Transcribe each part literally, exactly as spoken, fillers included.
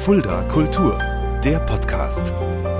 Fulda Kultur, der Podcast.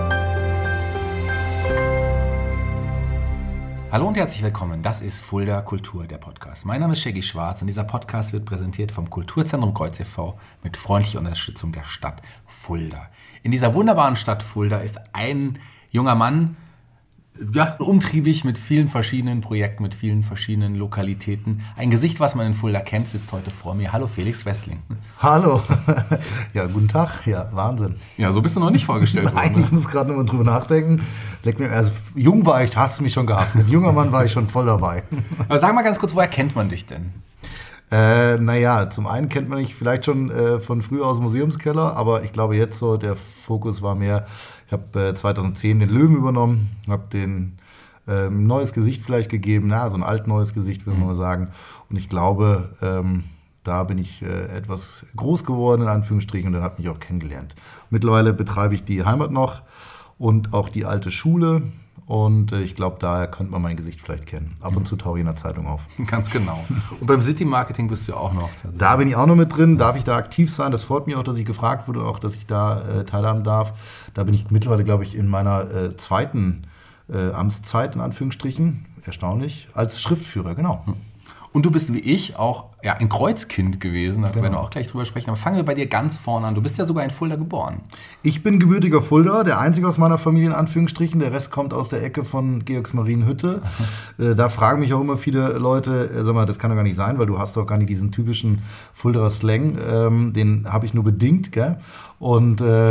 Hallo und herzlich willkommen, das ist Fulda Kultur, der Podcast. Mein Name ist Shaggy Schwarz und dieser Podcast wird präsentiert vom Kulturzentrum Kreuz e V mit freundlicher Unterstützung der Stadt Fulda. In dieser wunderbaren Stadt Fulda ist ein junger Mann, ja, umtriebig mit vielen verschiedenen Projekten, mit vielen verschiedenen Lokalitäten. Ein Gesicht, was man in Fulda kennt, sitzt heute vor mir. Hallo Felix Wessling. Hallo. Ja, guten Tag. Ja, Wahnsinn. Ja, so bist du noch nicht vorgestellt Nein, worden. Ne? Ich muss gerade nochmal drüber nachdenken. Also, jung war ich, hast du mich schon gehabt. Mit junger Mann war ich schon voll dabei. Aber sag mal ganz kurz, woher kennt man dich denn? Äh, naja, zum einen kennt man mich vielleicht schon äh, von früher aus dem Museumskeller, aber ich glaube jetzt so, der Fokus war mehr, ich habe äh, zweitausendzehn den Löwen übernommen, habe den äh, ein neues Gesicht vielleicht gegeben, na, so ein altneues Gesicht, würde man mal sagen. Und ich glaube, ähm, da bin ich äh, etwas groß geworden, in Anführungsstrichen, und dann hat mich auch kennengelernt. Mittlerweile betreibe ich die Heimat noch und auch die alte Schule. Und ich glaube, daher könnte man mein Gesicht vielleicht kennen. Ab und zu tauche ich in der Zeitung auf. Ganz genau. Und beim City Marketing bist du auch noch. Da bin ich auch noch mit drin. Darf ich da aktiv sein? Das freut mich auch, dass ich gefragt wurde, auch dass ich da äh, teilhaben darf. Da bin ich mittlerweile, glaube ich, in meiner äh, zweiten äh, Amtszeit, in Anführungsstrichen, erstaunlich, als Schriftführer, genau. Und du bist wie ich auch ja, ein Kreuzkind gewesen, da genau. werden wir auch gleich drüber sprechen. Aber fangen wir bei dir ganz vorne an. Du bist ja sogar in Fulda geboren. Ich bin gebürtiger Fulda, der einzige aus meiner Familie in Anführungsstrichen. Der Rest kommt aus der Ecke von Georgsmarienhütte. äh, da fragen mich auch immer viele Leute, äh, sag mal, das kann doch gar nicht sein, weil du hast doch gar nicht diesen typischen Fuldaer Slang. Ähm, den habe ich nur bedingt, gell? Und äh,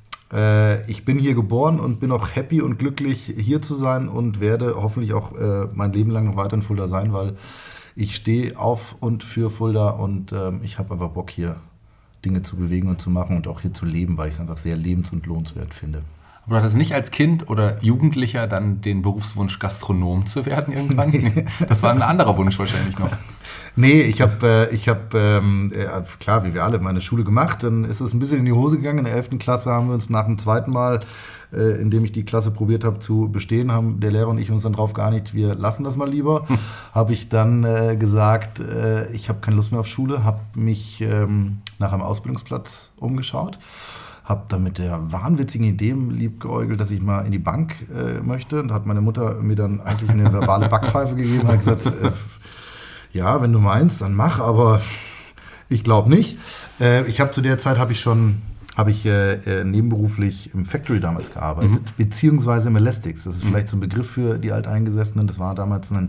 äh, ich bin hier geboren und bin auch happy und glücklich, hier zu sein und werde hoffentlich auch äh, mein Leben lang noch weiter in Fulda sein, weil ich stehe auf und für Fulda und ähm, ich habe einfach Bock, hier Dinge zu bewegen und zu machen und auch hier zu leben, weil ich es einfach sehr lebens- und lohnenswert finde. Aber du hattest nicht als Kind oder Jugendlicher dann den Berufswunsch, Gastronom zu werden irgendwann? Nee. Das war ein anderer Wunsch wahrscheinlich noch. Nee, ich habe, äh, ich hab, ähm, äh, klar, wie wir alle, meine Schule gemacht. Dann ist es ein bisschen in die Hose gegangen. In der elften Klasse haben wir uns nach dem zweiten Mal, äh, in dem ich die Klasse probiert habe zu bestehen, haben der Lehrer und ich uns dann drauf geeinigt, wir lassen das mal lieber. Hm. Habe ich dann äh, gesagt, äh, ich habe keine Lust mehr auf Schule, habe mich ähm, nach einem Ausbildungsplatz umgeschaut. Habe dann mit der wahnwitzigen Idee liebgeäugelt, dass ich mal in die Bank äh, möchte. Und hat meine Mutter mir dann eigentlich eine verbale Backpfeife gegeben und hat gesagt, äh, ja, wenn du meinst, dann mach, aber ich glaube nicht. Äh, ich habe zu der Zeit habe ich schon habe ich äh, nebenberuflich im Factory damals gearbeitet, mhm. beziehungsweise im Elastics. Das ist mhm. vielleicht so ein Begriff für die Alteingesessenen. Das war damals ein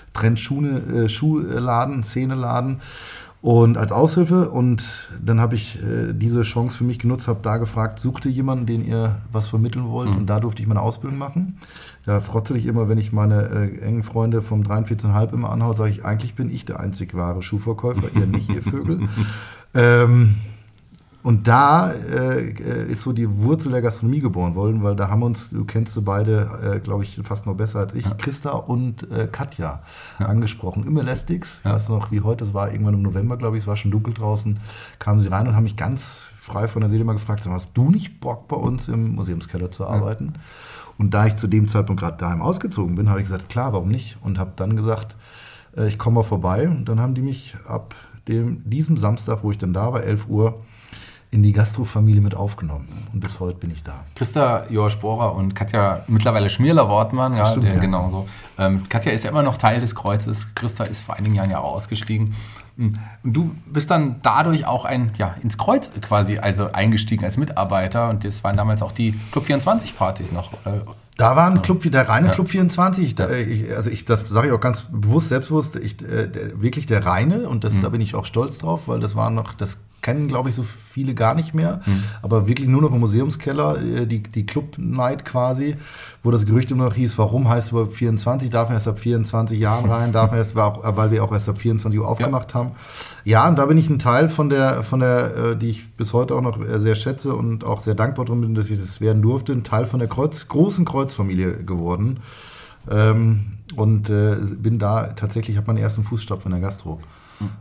Trend-Schuhladen, Szeneladen. Und als Aushilfe, und dann habe ich äh, diese Chance für mich genutzt, habe da gefragt, sucht ihr jemanden, den ihr was vermitteln wollt? Mhm. Und da durfte ich meine Ausbildung machen. Da frotzel ich immer, wenn ich meine äh, engen Freunde vom dreiundvierzig Komma fünf immer anhaue, sage ich, eigentlich bin ich der einzig wahre Schuhverkäufer, ihr nicht, ihr Vögel. ähm, und da äh, ist so die Wurzel der Gastronomie geboren worden, weil da haben uns, du kennst sie beide, äh, glaube ich, fast noch besser als ich, ja. Christa und äh, Katja ja. angesprochen. Im Elastics, ich ja. weiß noch, wie heute, es war irgendwann im November, glaube ich, es war schon dunkel draußen, kamen sie rein und haben mich ganz frei von der Seele mal gefragt, hast du nicht Bock, bei uns im Museumskeller zu arbeiten? Ja. Und da ich zu dem Zeitpunkt gerade daheim ausgezogen bin, habe ich gesagt, klar, warum nicht? Und habe dann gesagt, äh, ich komme mal vorbei. Und dann haben die mich ab dem, diesem Samstag, wo ich dann da war, elf Uhr, in die Gastrofamilie mit aufgenommen. Und bis heute bin ich da. Christa Jorsch Bohrer und Katja, mittlerweile Schmierler-Wortmann. Ja, stimmt, der, ja. Genau so. Ähm, Katja ist ja immer noch Teil des Kreuzes. Christa ist vor einigen Jahren ja auch ausgestiegen. Und du bist dann dadurch auch ein, ja, ins Kreuz quasi also eingestiegen als Mitarbeiter. Und das waren damals auch die Club vierundzwanzig Partys noch, oder? Da war ein Club, der reine ja. Club vierundzwanzig. Da, ich, also ich, das sage ich auch ganz bewusst, selbstbewusst, ich, äh, der, wirklich der reine. Und das, mhm. da bin ich auch stolz drauf, weil das war noch, das kennen, glaube ich, so viele gar nicht mehr. Mhm. Aber wirklich nur noch im Museumskeller, die, die Club Night quasi, wo das Gerücht immer noch hieß, warum heißt es überhaupt vierundzwanzig? Darf man erst ab vierundzwanzig Jahren rein? Darf man erst, weil wir auch erst ab vierundzwanzig Uhr aufgemacht ja. haben. Ja, und da bin ich ein Teil von der, von der, die ich bis heute auch noch sehr schätze und auch sehr dankbar drum bin, dass ich das werden durfte, ein Teil von der Kreuz, großen Kreuzfamilie geworden. Ähm, und äh, bin da tatsächlich, habe meinen ersten Fußstapfen in der Gastro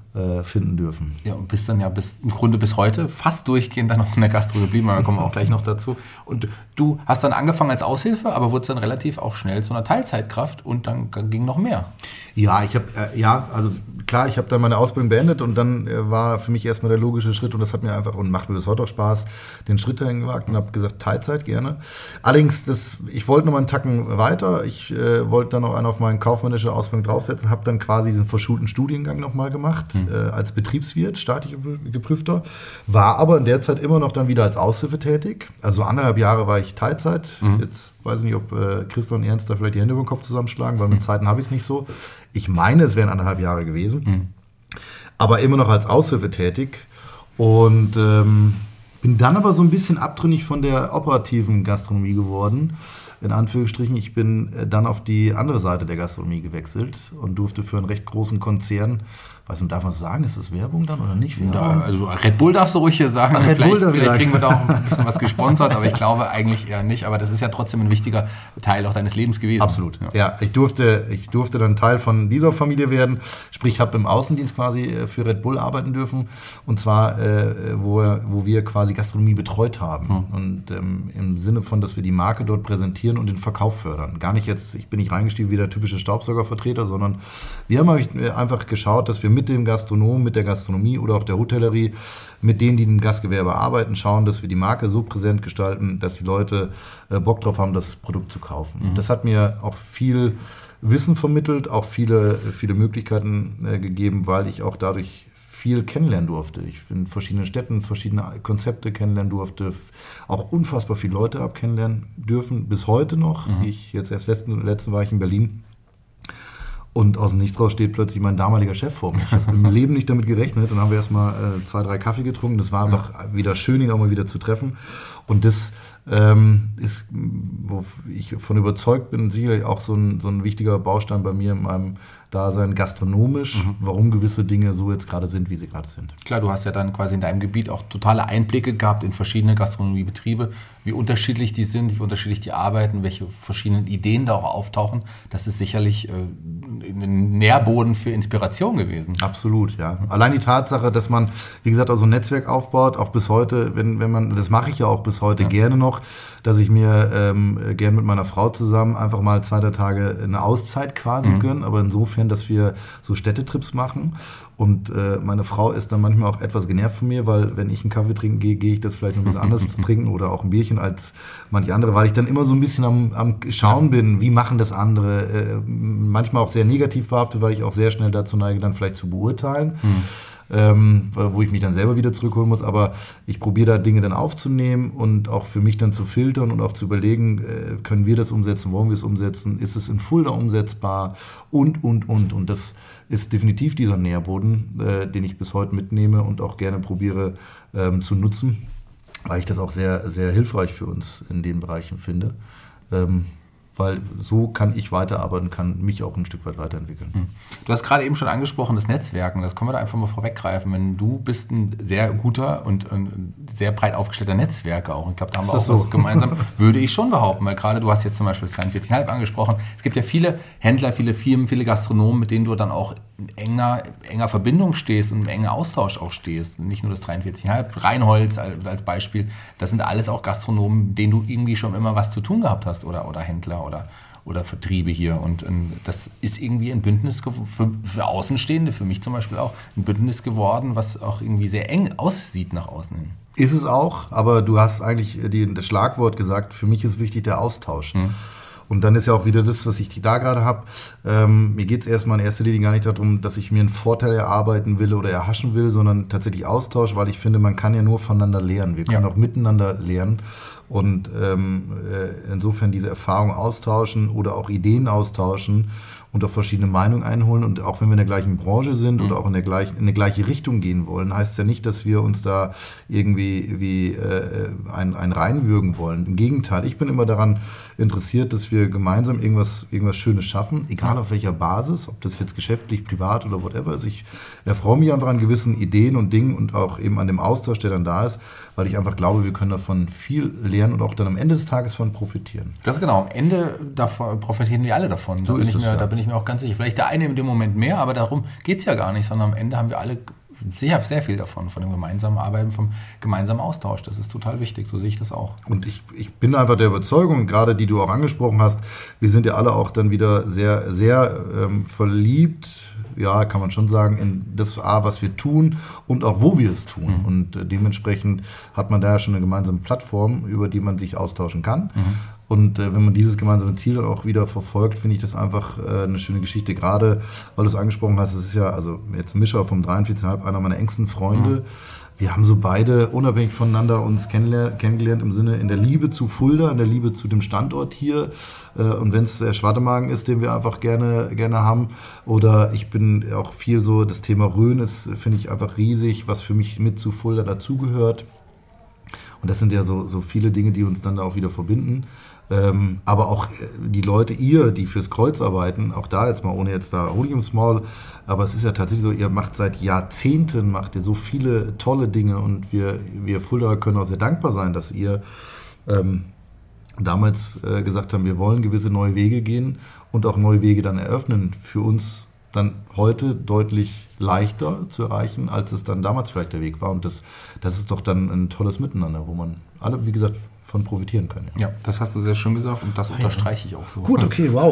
äh, finden dürfen. Ja, und bist dann ja bis, im Grunde bis heute fast durchgehend dann noch in der Gastro geblieben, da kommen wir auch gleich noch dazu. Und du hast dann angefangen als Aushilfe, aber wurdest dann relativ auch schnell zu einer Teilzeitkraft und dann ging noch mehr. Ja, ich habe, äh, ja, also klar, ich habe dann meine Ausbildung beendet und dann äh, war für mich erstmal der logische Schritt und das hat mir einfach und macht mir bis heute auch Spaß, den Schritt dahin gewagt und habe gesagt, Teilzeit gerne. Allerdings, das, ich wollte noch mal einen Tacken weiter, ich äh, wollte dann noch einen auf meine kaufmännische Ausbildung draufsetzen, habe dann quasi diesen verschulten Studiengang nochmal gemacht, mhm. äh, als Betriebswirt, staatlich geprüfter, war aber in der Zeit immer noch dann wieder als Aushilfe tätig, also anderthalb Jahre war ich Teilzeit, mhm. jetzt weiß ich nicht, ob äh, Christoph und Ernst da vielleicht die Hände über den Kopf zusammenschlagen, weil mit Zeiten habe ich es nicht so. Ich meine, es wären anderthalb Jahre gewesen, mhm. aber immer noch als Aushilfe tätig und ähm, bin dann aber so ein bisschen abtrünnig von der operativen Gastronomie geworden. In Anführungsstrichen, ich bin dann auf die andere Seite der Gastronomie gewechselt und durfte für einen recht großen Konzern, weiß nicht, darf man sagen, ist das Werbung dann oder nicht? Da, also Red Bull darfst du ruhig hier sagen, Ach, Red vielleicht, Bull vielleicht kriegen wir da auch ein bisschen was gesponsert, aber ich glaube eigentlich eher nicht, aber das ist ja trotzdem ein wichtiger Teil auch deines Lebens gewesen. Absolut, ja, ja ich, durfte, ich durfte dann Teil von dieser Familie werden, sprich, ich habe im Außendienst quasi für Red Bull arbeiten dürfen und zwar, äh, wo, wo wir quasi Gastronomie betreut haben hm. und ähm, im Sinne von, dass wir die Marke dort präsentieren und den Verkauf fördern. Gar nicht jetzt, ich bin nicht reingestiegen wie der typische Staubsaugervertreter, sondern wir haben einfach geschaut, dass wir mit dem Gastronom, mit der Gastronomie oder auch der Hotellerie, mit denen, die im Gastgewerbe arbeiten, schauen, dass wir die Marke so präsent gestalten, dass die Leute äh, Bock drauf haben, das Produkt zu kaufen. Mhm. Das hat mir auch viel Wissen vermittelt, auch viele, viele Möglichkeiten äh, gegeben, weil ich auch dadurch viel kennenlernen durfte. Ich in verschiedenen Städten verschiedene Konzepte kennenlernen durfte, auch unfassbar viele Leute habe kennenlernen dürfen, bis heute noch. Mhm. Ich jetzt erst letzten, letzten war ich in Berlin. Und aus dem Nichts raus steht plötzlich mein damaliger Chef vor mir. Ich habe im Leben nicht damit gerechnet. Dann haben wir erstmal äh, zwei, drei Kaffee getrunken. Das war einfach ja. wieder schön, ihn auch mal wieder zu treffen. Und das ähm, ist, wo ich von überzeugt bin, sicherlich auch so ein, so ein wichtiger Baustein bei mir in meinem Dasein, gastronomisch, mhm. warum gewisse Dinge so jetzt gerade sind, wie sie gerade sind. Klar, du hast ja dann quasi in deinem Gebiet auch totale Einblicke gehabt in verschiedene Gastronomiebetriebe, wie unterschiedlich die sind, wie unterschiedlich die arbeiten, welche verschiedenen Ideen da auch auftauchen. Das ist sicherlich äh, ein Nährboden für Inspiration gewesen. Absolut, ja. Allein die Tatsache, dass man, wie gesagt, auch so ein Netzwerk aufbaut, auch bis heute, wenn, wenn man, das mache ich ja auch bis heute ja. gerne noch, dass ich mir ähm, gerne mit meiner Frau zusammen einfach mal zwei, drei Tage eine Auszeit quasi mhm. gönne, aber insofern, dass wir so Städtetrips machen und äh, meine Frau ist dann manchmal auch etwas genervt von mir, weil wenn ich einen Kaffee trinken gehe, gehe ich das vielleicht noch ein bisschen anders zu trinken oder auch ein Bierchen als manche andere, weil ich dann immer so ein bisschen am, am Schauen bin, wie machen das andere, äh, manchmal auch sehr negativ behaftet, weil ich auch sehr schnell dazu neige, dann vielleicht zu beurteilen. Mhm. Ähm, wo ich mich dann selber wieder zurückholen muss, aber ich probiere da Dinge dann aufzunehmen und auch für mich dann zu filtern und auch zu überlegen, äh, können wir das umsetzen, wollen wir es umsetzen, ist es in Fulda umsetzbar und, und, und. Und das ist definitiv dieser Nährboden, äh, den ich bis heute mitnehme und auch gerne probiere ähm, zu nutzen, weil ich das auch sehr, sehr hilfreich für uns in den Bereichen finde. Ähm, weil so kann ich weiterarbeiten, kann mich auch ein Stück weit weiterentwickeln. Du hast gerade eben schon angesprochen, das Netzwerken, das können wir da einfach mal vorweggreifen. Wenn du bist ein sehr guter und ein sehr breit aufgestellter Netzwerker auch, ich glaube, da haben wir auch so was gemeinsam, würde ich schon behaupten, weil gerade du hast jetzt zum Beispiel das dreiundvierzig Komma fünf angesprochen, es gibt ja viele Händler, viele Firmen, viele Gastronomen, mit denen du dann auch in enger, enger Verbindung stehst und im engen Austausch auch stehst. Nicht nur das dreiundvierzig Komma fünf, Reinholz als Beispiel, das sind alles auch Gastronomen, denen du irgendwie schon immer was zu tun gehabt hast oder, oder Händler oder, oder Vertriebe hier. Und, und das ist irgendwie ein Bündnis für, für Außenstehende, für mich zum Beispiel auch, ein Bündnis geworden, was auch irgendwie sehr eng aussieht nach außen hin. Ist es auch, aber du hast eigentlich die, das Schlagwort gesagt, für mich ist wichtig der Austausch. Hm. Und dann ist ja auch wieder das, was ich da gerade habe. Ähm, mir geht es erstmal in erster Linie gar nicht darum, dass ich mir einen Vorteil erarbeiten will oder erhaschen will, sondern tatsächlich Austausch, weil ich finde, man kann ja nur voneinander lernen. Wir können ja auch miteinander lernen. Und ähm, äh, insofern diese Erfahrung austauschen oder auch Ideen austauschen und auch verschiedene Meinungen einholen. Und auch wenn wir in der gleichen Branche sind mhm. oder auch in der gleichen, in eine gleiche Richtung gehen wollen, heißt ja nicht, dass wir uns da irgendwie wie, äh, ein, ein reinwürgen wollen. Im Gegenteil, ich bin immer daran interessiert, dass wir wir gemeinsam irgendwas, irgendwas Schönes schaffen, egal auf welcher Basis, ob das jetzt geschäftlich, privat oder whatever ist. Ich erfreue mich einfach an gewissen Ideen und Dingen und auch eben an dem Austausch, der dann da ist, weil ich einfach glaube, wir können davon viel lernen und auch dann am Ende des Tages von profitieren. Ganz genau, am Ende davon profitieren wir alle davon. Da, So bin ist ich es, mir, ja. da bin ich mir auch ganz sicher. Vielleicht der eine in dem Moment mehr, aber darum geht es ja gar nicht, sondern am Ende haben wir alle sehr, sehr viel davon, von dem gemeinsamen Arbeiten, vom gemeinsamen Austausch. Das ist total wichtig, so sehe ich das auch. Und ich, ich bin einfach der Überzeugung, gerade die du auch angesprochen hast, wir sind ja alle auch dann wieder sehr, sehr ähm, verliebt, ja, kann man schon sagen, in das A, was wir tun und auch wo wir es tun. Mhm. Und äh, dementsprechend hat man da ja schon eine gemeinsame Plattform, über die man sich austauschen kann. Mhm. Und äh, wenn man dieses gemeinsame Ziel dann auch wieder verfolgt, finde ich das einfach äh, eine schöne Geschichte. Gerade, weil du es angesprochen hast, es ist ja, also jetzt Mischa vom dreiundvierzig Komma fünf, einer meiner engsten Freunde. Mhm. Wir haben so beide unabhängig voneinander uns kennengelernt, kennengelernt im Sinne in der Liebe zu Fulda, in der Liebe zu dem Standort hier. Äh, und wenn es der Schwartemagen ist, den wir einfach gerne, gerne haben. Oder ich bin auch viel so, das Thema Rhön ist, finde ich einfach riesig, was für mich mit zu Fulda dazugehört. Und das sind ja so, so viele Dinge, die uns dann da auch wieder verbinden. Ähm, aber auch die Leute, ihr, die fürs Kreuz arbeiten, auch da jetzt mal, ohne jetzt da Honig ums Maul, aber es ist ja tatsächlich so, ihr macht seit Jahrzehnten, macht ihr so viele tolle Dinge und wir, wir Fuldaer können auch sehr dankbar sein, dass ihr ähm, damals äh, gesagt habt, wir wollen gewisse neue Wege gehen und auch neue Wege dann eröffnen, für uns dann heute deutlich leichter zu erreichen, als es dann damals vielleicht der Weg war. Und das, das ist doch dann ein tolles Miteinander, wo man alle, wie gesagt, von profitieren können. Ja, ja, das hast du sehr schön gesagt und das unterstreiche ich auch so. Gut, okay, wow.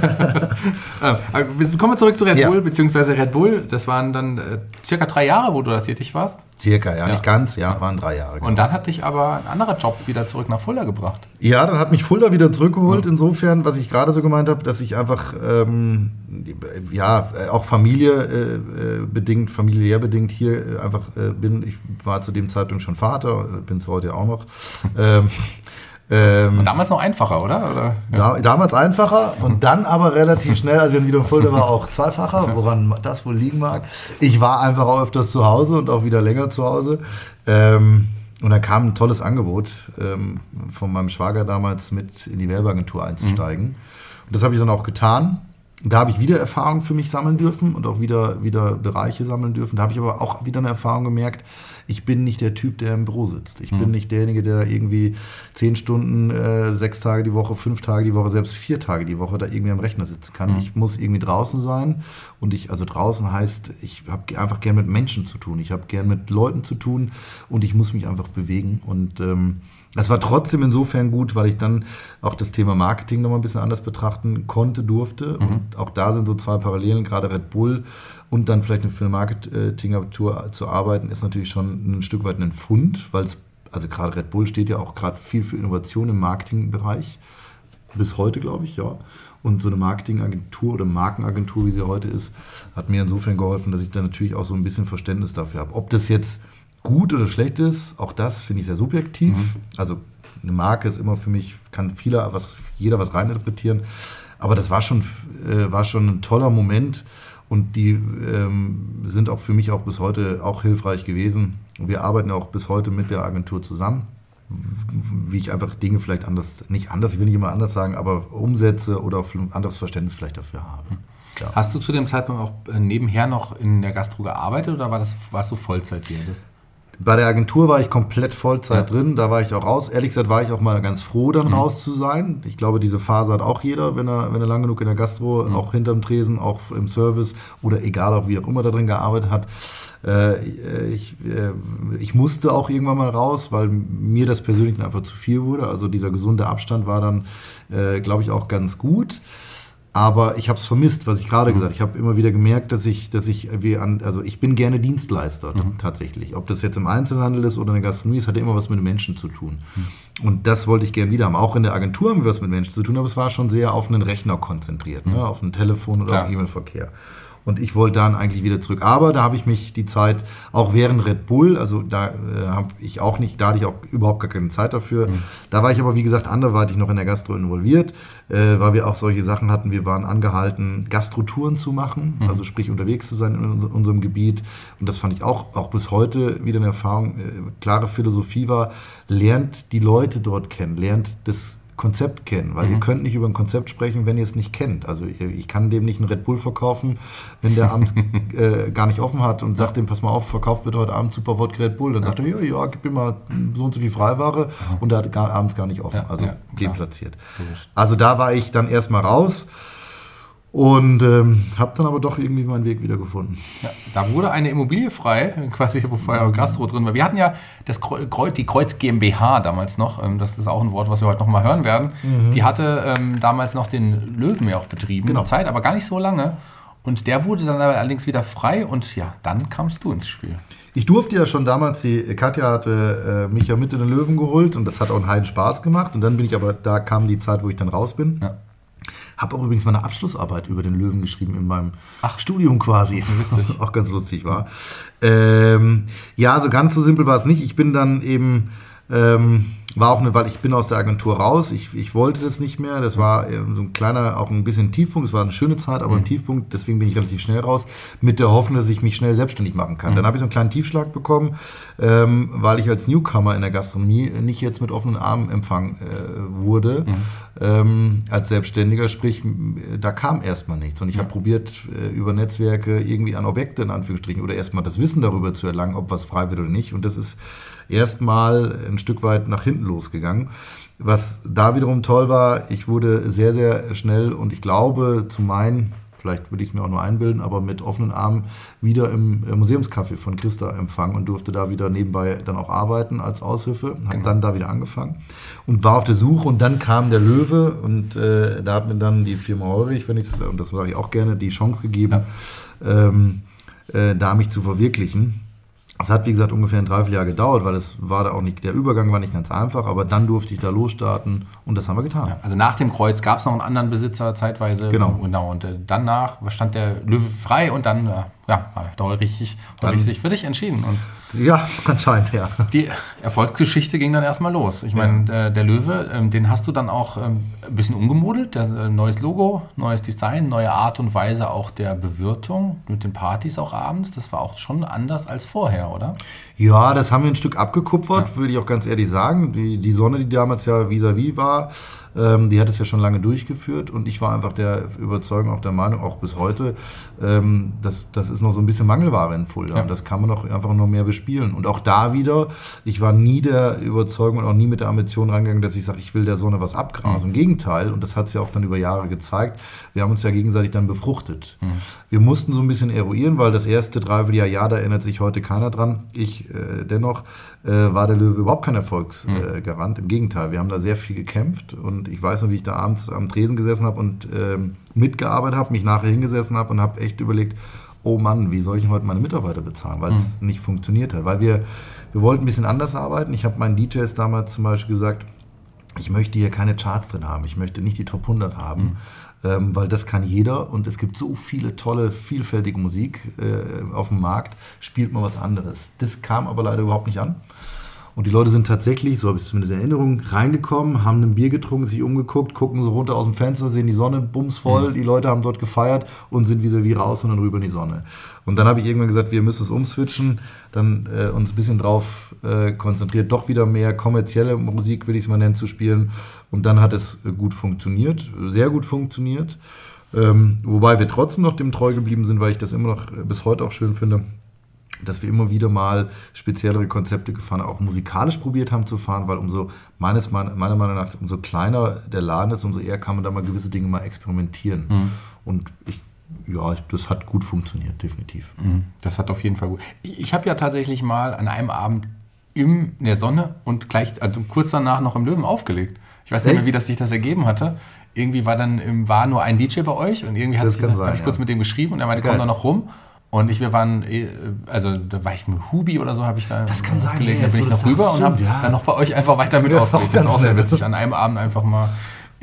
äh, kommen wir zurück zu Red ja. Bull, beziehungsweise Red Bull. Das waren dann äh, circa drei Jahre, wo du da tätig warst. Circa, ja, ja. nicht ganz, ja, waren drei Jahre. Genau. Und dann hat dich aber ein anderer Job wieder zurück nach Fulda gebracht. Ja, dann hat mich Fulda wieder zurückgeholt. Mhm. Insofern, was ich gerade so gemeint habe, dass ich einfach, ähm, ja, auch Familie äh, bedingt, familiär bedingt hier einfach äh, bin. Ich war zu dem Zeitpunkt schon Vater, bin es heute auch noch. ähm, ähm, und damals noch einfacher, oder? oder? Ja. Da, damals einfacher und dann aber relativ schnell, als ich dann wieder in Fulda war, auch zweifacher, woran das wohl liegen mag. Ich war einfach auch öfters zu Hause und auch wieder länger zu Hause. Ähm, und dann kam ein tolles Angebot ähm, von meinem Schwager damals mit in die Werbeagentur einzusteigen. Mhm. Und das habe ich dann auch getan. Da habe ich wieder Erfahrung für mich sammeln dürfen und auch wieder, wieder Bereiche sammeln dürfen. Da habe ich aber auch wieder eine Erfahrung gemerkt, ich bin nicht der Typ, der im Büro sitzt. Ich mhm. bin nicht derjenige, der irgendwie zehn Stunden, äh, sechs Tage die Woche, fünf Tage die Woche, selbst vier Tage die Woche da irgendwie am Rechner sitzen kann. Mhm. Ich muss irgendwie draußen sein. Und ich, also draußen heißt, ich habe einfach gern mit Menschen zu tun. Ich habe gern mit Leuten zu tun und ich muss mich einfach bewegen. Und ähm, das war trotzdem insofern gut, weil ich dann auch das Thema Marketing nochmal ein bisschen anders betrachten konnte, durfte. Mhm. Und auch da sind so zwei Parallelen, gerade Red Bull und dann vielleicht für eine Marketingagentur zu arbeiten, ist natürlich schon ein Stück weit ein Pfund, weil es, also gerade Red Bull steht ja auch gerade viel für Innovation im Marketingbereich. Bis heute, glaube ich, ja. Und so eine Marketingagentur oder Markenagentur, wie sie heute ist, hat mir insofern geholfen, dass ich da natürlich auch so ein bisschen Verständnis dafür habe. Ob das jetzt gut oder schlecht ist, auch das finde ich sehr subjektiv. Mhm. Also eine Marke ist immer für mich, kann vieler was, jeder was reininterpretieren. Aber das war schon, äh, war schon ein toller Moment und die ähm, sind auch für mich auch bis heute auch hilfreich gewesen. Und wir arbeiten auch bis heute mit der Agentur zusammen, wie ich einfach Dinge vielleicht anders, nicht anders, ich will nicht immer anders sagen, aber umsetze oder auch ein anderes Verständnis vielleicht dafür habe. Ja. Hast du zu dem Zeitpunkt auch nebenher noch in der Gastro gearbeitet oder war das, warst du Vollzeit hier? Das Bei der Agentur war ich komplett Vollzeit ja. drin, da war ich auch raus. Ehrlich gesagt war ich auch mal ganz froh, dann mhm. raus zu sein. Ich glaube, diese Phase hat auch jeder, wenn er, wenn er lang genug in der Gastro, mhm. auch hinterm Tresen, auch im Service oder egal, auch wie auch immer da drin gearbeitet hat. Äh, ich, äh, ich musste auch irgendwann mal raus, weil mir das persönlich einfach zu viel wurde. Also dieser gesunde Abstand war dann, äh, glaube ich, auch ganz gut. Aber ich habe es vermisst, was ich gerade mhm. gesagt habe. Ich habe immer wieder gemerkt, dass ich, dass ich, wie an, also ich bin gerne Dienstleister mhm. tatsächlich. Ob das jetzt im Einzelhandel ist oder in der Gastronomie, es hat ja immer was mit den Menschen zu tun. Mhm. Und das wollte ich gerne wieder haben. Auch in der Agentur haben wir was mit Menschen zu tun, aber es war schon sehr auf einen Rechner konzentriert, mhm. ne? Auf ein Telefon oder auf E-Mail-Verkehr. Und ich wollte dann eigentlich wieder zurück. Aber da habe ich mich die Zeit, auch während Red Bull, also da äh, habe ich auch nicht, da hatte ich auch überhaupt gar keine Zeit dafür. Mhm. Da war ich aber, wie gesagt, anderweitig noch in der Gastro involviert, äh, weil wir auch solche Sachen hatten. Wir waren angehalten, Gastrotouren zu machen, mhm. also sprich unterwegs zu sein in uns, unserem Gebiet. Und das fand ich auch, auch bis heute wieder eine Erfahrung. Äh, klare Philosophie war, lernt die Leute dort kennen, lernt das Konzept kennen, weil mhm. ihr könnt nicht über ein Konzept sprechen, wenn ihr es nicht kennt. Also ich kann dem nicht einen Red Bull verkaufen, wenn der abends äh, gar nicht offen hat und sagt dem, pass mal auf, verkauft bitte heute Abend super Wodka Red Bull. Dann ja. sagt er, ja, ja, gib mir mal so und so viel Freiware ja. und der hat gar, abends gar nicht offen, ja, also ja, deplatziert. Also da war ich dann erstmal raus. Und ähm, habe dann aber doch irgendwie meinen Weg wieder gefunden. Ja, da wurde eine Immobilie frei, quasi, wo vorher Gastro drin war. Wir hatten ja das Kreuz, die Kreuz GmbH damals noch, ähm, das ist auch ein Wort, was wir heute noch mal hören werden. Mhm. Die hatte ähm, damals noch den Löwen ja auch betrieben, genau. Zeit, aber gar nicht so lange. Und der wurde dann allerdings wieder frei und ja, dann kamst du ins Spiel. Ich durfte ja schon damals, die Katja hatte äh, mich ja mit in den Löwen geholt und das hat auch einen heiden Spaß gemacht. Und dann bin ich aber, da kam die Zeit, wo ich dann raus bin. Ja. Habe auch übrigens meine Abschlussarbeit über den Löwen geschrieben in meinem Ach, Studium quasi. Witzig. Auch ganz lustig war. Ähm, ja, so ganz so simpel war es nicht. Ich bin dann eben, ähm, war auch eine, weil ich bin aus der Agentur raus. Ich, ich wollte das nicht mehr. Das war so ein kleiner, auch ein bisschen Tiefpunkt. Es war eine schöne Zeit, aber mhm. ein Tiefpunkt. Deswegen bin ich relativ schnell raus. Mit der Hoffnung, dass ich mich schnell selbstständig machen kann. Mhm. Dann habe ich so einen kleinen Tiefschlag bekommen, ähm, weil ich als Newcomer in der Gastronomie nicht jetzt mit offenen Armen empfangen äh, wurde. Mhm. Ähm, als Selbstständiger, sprich, da kam erstmal nichts. Und ich ja. habe probiert, äh, über Netzwerke irgendwie an Objekte in Anführungsstrichen oder erstmal das Wissen darüber zu erlangen, ob was frei wird oder nicht. Und das ist erstmal ein Stück weit nach hinten losgegangen. Was da wiederum toll war, ich wurde sehr, sehr schnell und ich glaube zu meinen, vielleicht würde ich es mir auch nur einbilden, aber mit offenen Armen wieder im Museumscafé von Christa empfangen und durfte da wieder nebenbei dann auch arbeiten als Aushilfe. Habe genau. dann da wieder angefangen und war auf der Suche und dann kam der Löwe und äh, da hat mir dann die Firma Heurich, wenn ich's, und das sage ich auch gerne, die Chance gegeben, ja. ähm, äh, da mich zu verwirklichen. Es hat, wie gesagt, ungefähr ein Dreivierteljahr gedauert, weil es war da auch nicht, der Übergang war nicht ganz einfach, aber dann durfte ich da losstarten und das haben wir getan. Ja, also nach dem Kreuz gab es noch einen anderen Besitzer zeitweise. Genau. genau und äh, danach stand der Löwe frei und dann äh, ja, hat er richtig, richtig für dich entschieden. Und ja, anscheinend, ja. Die Erfolgsgeschichte ging dann erstmal los. Ich meine, ja. äh, der Löwe, ähm, den hast du dann auch ähm, ein bisschen umgemodelt. Das, äh, neues Logo, neues Design, neue Art und Weise auch der Bewirtung mit den Partys auch abends. Das war auch schon anders als vorher, oder? Ja, das haben wir ein Stück abgekupfert, ja. würde ich auch ganz ehrlich sagen. Die, die Sonne, die damals ja vis-à-vis war, ähm, die hat es ja schon lange durchgeführt und ich war einfach der Überzeugung, auch der Meinung, auch bis heute, ähm, dass das ist noch so ein bisschen Mangelware in Fulda. Ja. Und das kann man doch einfach noch mehr bespielen. Und auch da wieder, ich war nie der Überzeugung und auch nie mit der Ambition rangegangen, dass ich sage, ich will der Sonne was abgrasen. Mhm. Im Gegenteil, und das hat es ja auch dann über Jahre gezeigt, wir haben uns ja gegenseitig dann befruchtet. Mhm. Wir mussten so ein bisschen eruieren, weil das erste Dreivierteljahr, ja, da erinnert sich heute keiner dran. Ich äh, dennoch äh, war der Löwe überhaupt kein Erfolgsgarant. Mhm. Äh, Im Gegenteil, wir haben da sehr viel gekämpft und ich weiß noch, wie ich da abends am Tresen gesessen habe und äh, mitgearbeitet habe, mich nachher hingesessen habe und habe echt überlegt, oh Mann, wie soll ich heute meine Mitarbeiter bezahlen, weil es mhm. nicht funktioniert hat. Weil wir, wir wollten ein bisschen anders arbeiten. Ich habe meinen D Js damals zum Beispiel gesagt, ich möchte hier keine Charts drin haben, ich möchte nicht die Top hundert haben, mhm. ähm, weil das kann jeder und es gibt so viele tolle, vielfältige Musik äh, auf dem Markt, spielt mal was anderes. Das kam aber leider überhaupt nicht an. Und die Leute sind tatsächlich, so habe ich es zumindest in Erinnerung, reingekommen, haben ein Bier getrunken, sich umgeguckt, gucken so runter aus dem Fenster, sehen die Sonne bumsvoll, mhm. die Leute haben dort gefeiert und sind vis-à-vis raus und dann rüber in die Sonne. Und dann habe ich irgendwann gesagt, wir müssen es umswitchen, dann äh, uns ein bisschen drauf äh, konzentriert, doch wieder mehr kommerzielle Musik, will ich es mal nennen, zu spielen. Und dann hat es äh, gut funktioniert, sehr gut funktioniert. Ähm, wobei wir trotzdem noch dem treu geblieben sind, weil ich das immer noch äh, bis heute auch schön finde, dass wir immer wieder mal speziellere Konzepte gefahren, auch musikalisch probiert haben zu fahren, weil umso, meines, meiner Meinung nach, umso kleiner der Laden ist, umso eher kann man da mal gewisse Dinge mal experimentieren. Mhm. Und ich, ja, das hat gut funktioniert, definitiv. Mhm. Das hat auf jeden Fall gut. Ich, ich habe ja tatsächlich mal an einem Abend in der Sonne und gleich, also kurz danach noch im Löwen aufgelegt. Ich weiß nicht mehr, wie das sich das ergeben hatte. Irgendwie war dann war nur ein D J bei euch und irgendwie habe ich ja. kurz mit dem geschrieben und er meinte, komm da noch rum. Und ich, wir waren, also da war ich mit Hubi oder so, habe ich da das kann sein, gelegt, da bin ich noch rüber und habe ja. dann noch bei euch einfach weiter mit aufgelegt. Das ist auch sehr witzig, an einem Abend einfach mal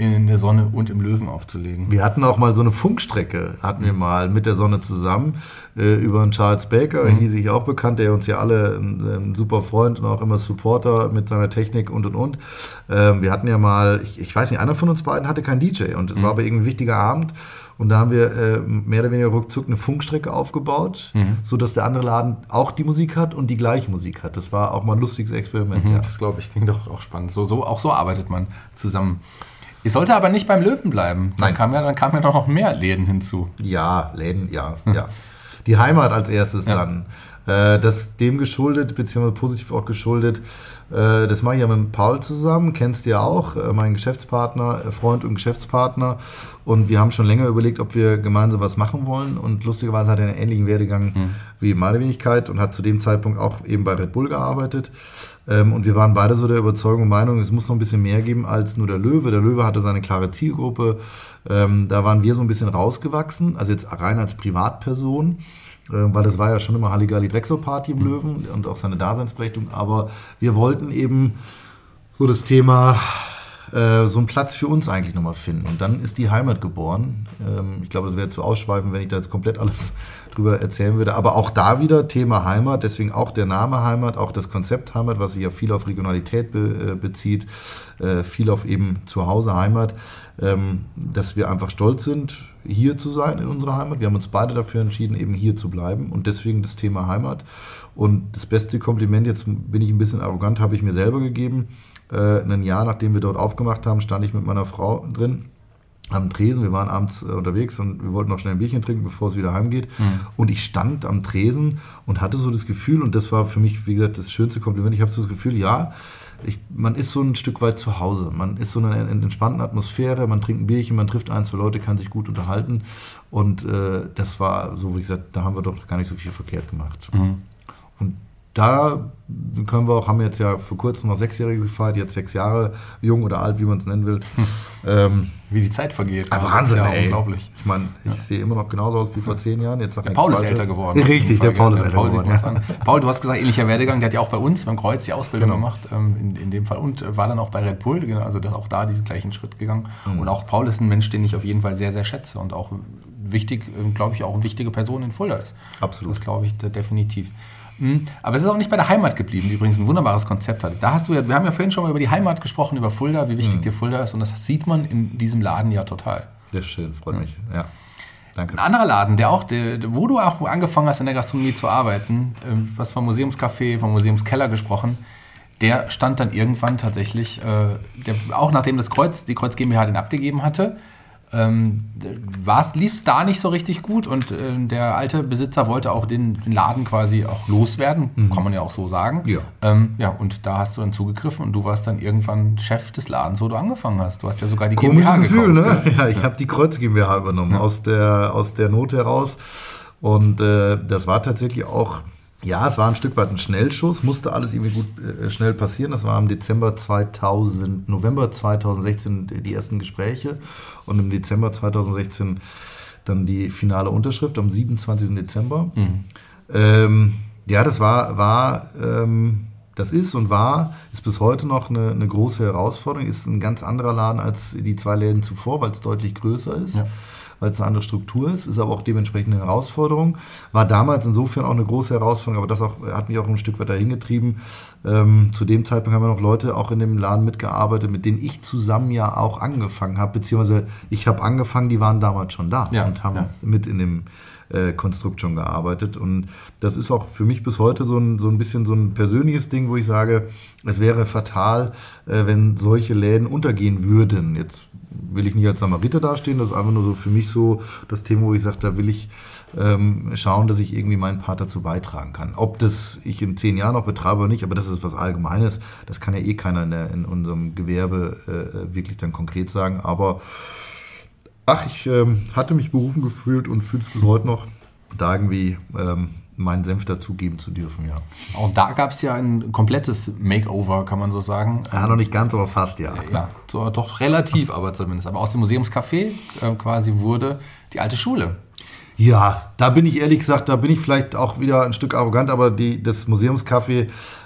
in der Sonne und im Löwen aufzulegen. Wir hatten auch mal so eine Funkstrecke, hatten wir mal mit der Sonne zusammen, äh, über einen Charles Baker, mhm. hiesig auch bekannt, der uns ja alle ein, ein super Freund und auch immer Supporter mit seiner Technik und und und. Ähm, wir hatten ja mal, ich, ich weiß nicht, einer von uns beiden hatte keinen D J und es mhm. war aber irgendwie ein wichtiger Abend. Und da haben wir äh, mehr oder weniger ruckzuck eine Funkstrecke aufgebaut, mhm. sodass der andere Laden auch die Musik hat und die gleiche Musik hat. Das war auch mal ein lustiges Experiment. Mhm, ja. Das glaube ich, klingt doch auch spannend. So, so, auch so arbeitet man zusammen. Es sollte aber nicht beim Löwen bleiben. Dann kam ja, dann kamen ja noch mehr Läden hinzu. Ja, Läden, ja, ja. Die Heimat als erstes ja. dann. Äh, das dem geschuldet, beziehungsweise positiv auch geschuldet. Äh, das mache ich ja mit Paul zusammen, kennst du ja auch, äh, mein Geschäftspartner, äh, Freund und Geschäftspartner. Und wir haben schon länger überlegt, ob wir gemeinsam was machen wollen. Und lustigerweise hat er einen ähnlichen Werdegang mhm. wie meine Wenigkeit und hat zu dem Zeitpunkt auch eben bei Red Bull gearbeitet. Ähm, und wir waren beide so der Überzeugung und Meinung, es muss noch ein bisschen mehr geben als nur der Löwe. Der Löwe hatte seine klare Zielgruppe. Ähm, da waren wir so ein bisschen rausgewachsen, also jetzt rein als Privatperson. Weil das war ja schon immer Halligalli-Drexel-Party im Löwen und auch seine Daseinsberechtigung. Aber wir wollten eben so das Thema, äh, so einen Platz für uns eigentlich nochmal finden. Und dann ist die Heimat geboren. Ähm, ich glaube, das wäre zu ausschweifend, wenn ich da jetzt komplett alles drüber erzählen würde. Aber auch da wieder Thema Heimat, deswegen auch der Name Heimat, auch das Konzept Heimat, was sich ja viel auf Regionalität be, äh, bezieht, äh, viel auf eben Zuhause Heimat, ähm, dass wir einfach stolz sind, hier zu sein in unserer Heimat. Wir haben uns beide dafür entschieden, eben hier zu bleiben und deswegen das Thema Heimat. Und das beste Kompliment, jetzt bin ich ein bisschen arrogant, habe ich mir selber gegeben. Äh, ein Jahr, nachdem wir dort aufgemacht haben, stand ich mit meiner Frau drin am Tresen. Wir waren abends äh, unterwegs und wir wollten noch schnell ein Bierchen trinken, bevor es wieder heimgeht. Mhm. Und ich stand am Tresen und hatte so das Gefühl, und das war für mich, wie gesagt, das schönste Kompliment, ich habe so das Gefühl, ja, Ich, man ist so ein Stück weit zu Hause. Man ist so in einer entspannten Atmosphäre, man trinkt ein Bierchen, man trifft ein, zwei Leute, kann sich gut unterhalten. Und äh, das war so, wie gesagt, da haben wir doch gar nicht so viel verkehrt gemacht. Mhm. Und da können wir auch, haben wir jetzt ja vor kurzem noch Sechsjährige gefeiert, jetzt sechs Jahre, jung oder alt, wie man es nennen will. Hm. Ähm, wie die Zeit vergeht. Also Wahnsinn, ja ey. Unglaublich. Ich meine, ich ja. sehe immer noch genauso aus wie vor zehn Jahren. Jetzt der Paul ist älter geworden. Richtig, der Paul ist älter Paul geworden. Ja. Paul, du hast gesagt, ähnlicher Werdegang, der hat ja auch bei uns beim Kreuz die Ausbildung genau. gemacht, ähm, in, in dem Fall. Und war dann auch bei Red Bull, genau, also das auch da diesen gleichen Schritt gegangen. Mhm. Und auch Paul ist ein Mensch, den ich auf jeden Fall sehr, sehr schätze und auch wichtig, glaube ich, auch eine wichtige Person in Fulda ist. Absolut. Das glaube ich definitiv. Aber es ist auch nicht bei der Heimat geblieben, die übrigens ein wunderbares Konzept hat. Da hast du ja, wir haben ja vorhin schon mal über die Heimat gesprochen, über Fulda, wie wichtig mhm. dir Fulda ist. Und das sieht man in diesem Laden ja total. Das ist schön, freut ja. mich. Ja. Danke. Ein anderer Laden, der auch, der, wo du auch angefangen hast, in der Gastronomie zu arbeiten, was vom Museumscafé, vom Museumskeller gesprochen, der stand dann irgendwann tatsächlich, der, auch nachdem das Kreuz, die Kreuz GmbH den abgegeben hatte, Ähm, lief es da nicht so richtig gut und äh, der alte Besitzer wollte auch den, den Laden quasi auch loswerden, mhm. kann man ja auch so sagen. Ja. Ähm, ja, und da hast du dann zugegriffen und du warst dann irgendwann Chef des Ladens, wo du angefangen hast. Du hast ja sogar die Komisches GmbH Gefühl, gekauft. Ne? Ja, ich habe die Kreuz GmbH übernommen, ja. aus, der, aus der Not heraus. Und äh, das war tatsächlich auch, ja, es war ein Stück weit ein Schnellschuss, musste alles irgendwie gut äh, schnell passieren. Das war im Dezember zweitausend, November zweitausendsechzehn die ersten Gespräche und im Dezember zweitausendsechzehn dann die finale Unterschrift am siebenundzwanzigsten Dezember. Mhm. Ähm, ja, das war, war ähm, das ist und war, ist bis heute noch eine, eine große Herausforderung, ist ein ganz anderer Laden als die zwei Läden zuvor, weil es deutlich größer ist. Ja. Weil es eine andere Struktur ist, ist aber auch dementsprechend eine Herausforderung. War damals insofern auch eine große Herausforderung, aber das auch, hat mich auch ein Stück weit dahin getrieben. Ähm, zu dem Zeitpunkt haben wir noch Leute auch in dem Laden mitgearbeitet, mit denen ich zusammen ja auch angefangen habe, beziehungsweise ich habe angefangen, die waren damals schon da ja, und haben ja. mit in dem äh, Konstrukt schon gearbeitet. Und das ist auch für mich bis heute so ein, so ein bisschen so ein persönliches Ding, wo ich sage, es wäre fatal, äh, wenn solche Läden untergehen würden. Jetzt will ich nicht als Samariter dastehen, das ist einfach nur so für mich so das Thema, wo ich sage, da will ich ähm, schauen, dass ich irgendwie meinen Part dazu beitragen kann. Ob das ich in zehn Jahren noch betreibe oder nicht, aber das ist was Allgemeines, das kann ja eh keiner in, der, in unserem Gewerbe äh, wirklich dann konkret sagen, aber ach, ich ähm, hatte mich berufen gefühlt und fühle es bis heute noch, da irgendwie ähm, meinen Senf dazugeben zu dürfen, ja. Auch da gab es ja ein komplettes Makeover, kann man so sagen. Ja, noch nicht ganz, aber fast, ja. Ja, so, doch relativ, aber zumindest. Aber aus dem Museumscafé äh, quasi wurde die alte Schule. Ja, da bin ich ehrlich gesagt, da bin ich vielleicht auch wieder ein Stück arrogant, aber die, das Museumscafé